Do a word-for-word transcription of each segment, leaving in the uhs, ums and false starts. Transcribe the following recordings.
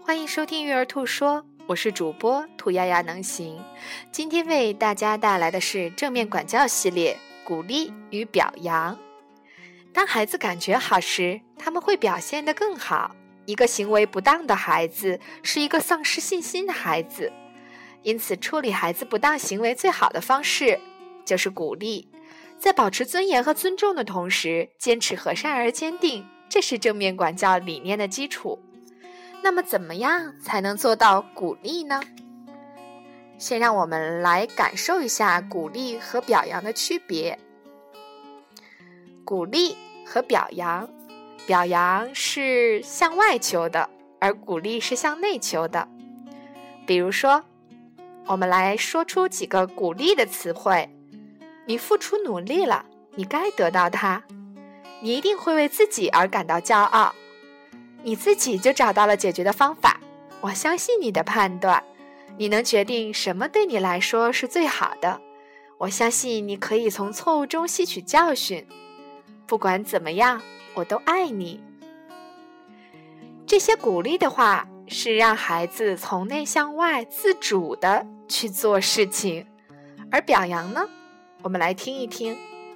欢迎收听育儿兔说，我是主播兔丫丫能行。今天为大家带来的是正面管教系列，鼓励与表扬。当孩子感觉好时，他们会表现得更好。一个行为不当的孩子是一个丧失信心的孩子，因此处理孩子不当行为最好的方式就是鼓励，在保持尊严和尊重的同时，坚持和善而坚定，这是正面管教理念的基础。那么怎么样才能做到鼓励呢？先让我们来感受一下鼓励和表扬的区别。鼓励和表扬，表扬是向外求的，而鼓励是向内求的。比如说，我们来说出几个鼓励的词汇。你付出努力了，你该得到它。你一定会为自己而感到骄傲。你自己就找到了解决的方法，我相信你的判断，你能决定什么对你来说是最好的。我相信你可以从错误中吸取教训。不管怎么样，我都爱你。这些鼓励的话是让孩子从内向外自主的去做事情，而表扬呢，我们来听一听。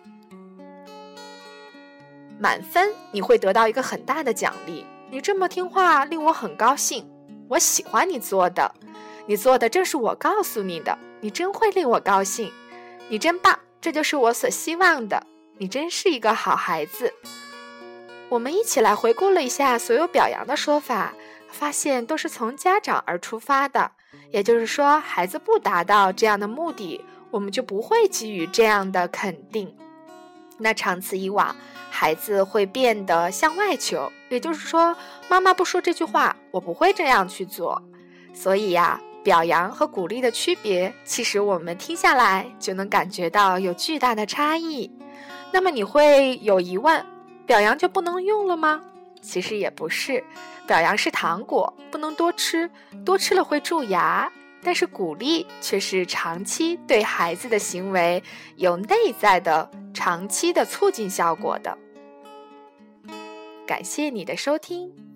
满分，你会得到一个很大的奖励。你这么听话令我很高兴，我喜欢你做的，你做的正是我告诉你的，你真会令我高兴，你真棒，这就是我所希望的，你真是一个好孩子。我们一起来回顾了一下所有表扬的说法，发现都是从家长而出发的，也就是说，孩子不达到这样的目的，我们就不会给予这样的肯定。那长此以往，孩子会变得向外求，也就是说，妈妈不说这句话，我不会这样去做。所以呀，表扬和鼓励的区别，其实我们听下来就能感觉到有巨大的差异。那么你会有疑问，表扬就不能用了吗？其实也不是，表扬是糖果，不能多吃，多吃了会蛀牙。但是鼓励却是长期对孩子的行为有内在的长期的促进效果的。感谢你的收听。